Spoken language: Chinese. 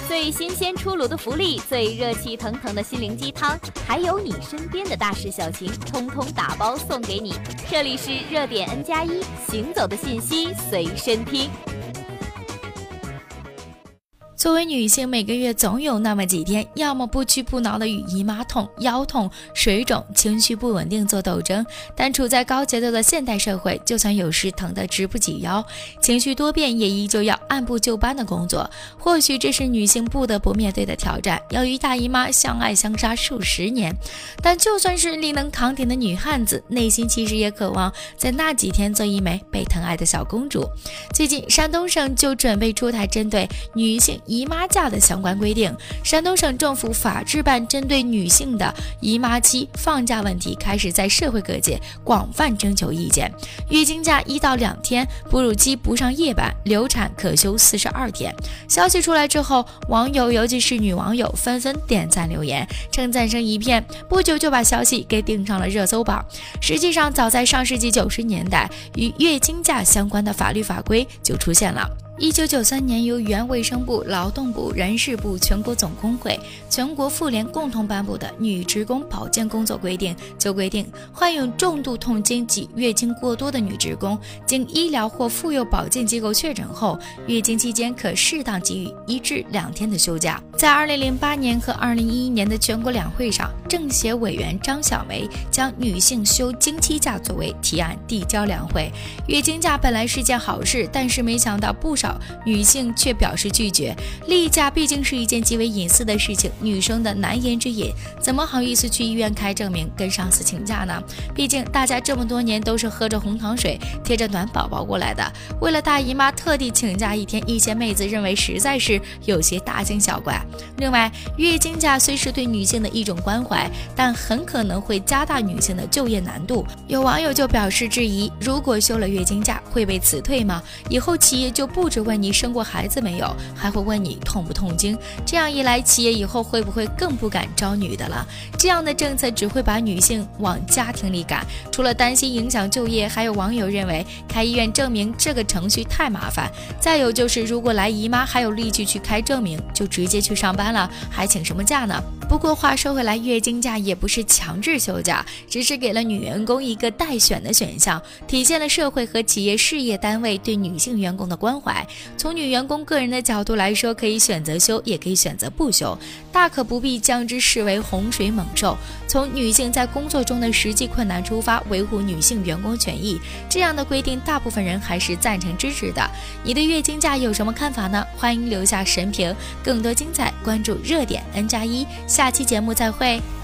最新鲜出炉的福利，最热气腾腾的心灵鸡汤，还有你身边的大事小情，通通打包送给你。这里是热点 N+1，行走的信息随身听。 作为女性，每个月总有那么几天，要么不屈不挠的与姨妈痛、腰痛、水肿、情绪不稳定做斗争。但处在高节奏的现代社会，就算有时疼得直不起腰，情绪多变，也依旧要按部就班的工作。或许这是女性不得不面对的挑战，要与大姨妈相爱相杀数十年。但就算是力能扛鼎的女汉子，内心其实也渴望在那几天做一枚被疼爱的小公主。最近山东省就准备出台针对女性姨妈假的相关规定。山东省政府法制办针对女性的姨妈期放假问题开始在社会各界广泛征求意见。月经假1到2天，哺乳期不上夜班，流产可休42天。消息出来之后，网友尤其是女网友纷纷点赞留言，称赞声一片，不久就把消息给顶上了热搜榜。实际上早在上世纪90年代，与月经假相关的法律法规就出现了。1993年，由原卫生部、劳动部、人事部、全国总工会、全国妇联共同颁布的《女职工保健工作规定》就规定，患有重度痛经及月经过多的女职工，经医疗或妇幼保健机构确诊后，月经期间可适当给予1至2天的休假。在2008年和2011年的全国两会上，政协委员张小梅将女性休经期假作为提案递交两会。月经假本来是件好事，但是没想到不少女性却表示拒绝。例假毕竟是一件极为隐私的事情，女生的难言之隐，怎么好意思去医院开证明跟上司请假呢？毕竟大家这么多年都是喝着红糖水贴着暖宝宝过来的，为了大姨妈特地请假1天，一些妹子认为实在是有些大惊小怪。另外，月经假虽是对女性的一种关怀，但很可能会加大女性的就业难度。有网友就表示质疑，如果休了月经假会被辞退吗？以后企业就不只问你生过孩子没有，还会问你痛不痛经，这样一来，企业以后会不会更不敢招女的了？这样的政策只会把女性往家庭里赶。除了担心影响就业，还有网友认为开医院证明这个程序太麻烦，再有就是如果来姨妈还有力气去开证明，就直接去上班了，还请什么假呢？不过话说回来，月经假也不是强制休假，只是给了女员工一个待选的选项，体现了社会和企业事业单位对女性员工的关怀。从女员工个人的角度来说，可以选择休，也可以选择不休，大可不必将之视为洪水猛兽。从女性在工作中的实际困难出发，维护女性员工权益，这样的规定大部分人还是赞成支持的。你对月经假有什么看法呢？欢迎留下神评。更多精彩关注热点 N+1，下期节目再会。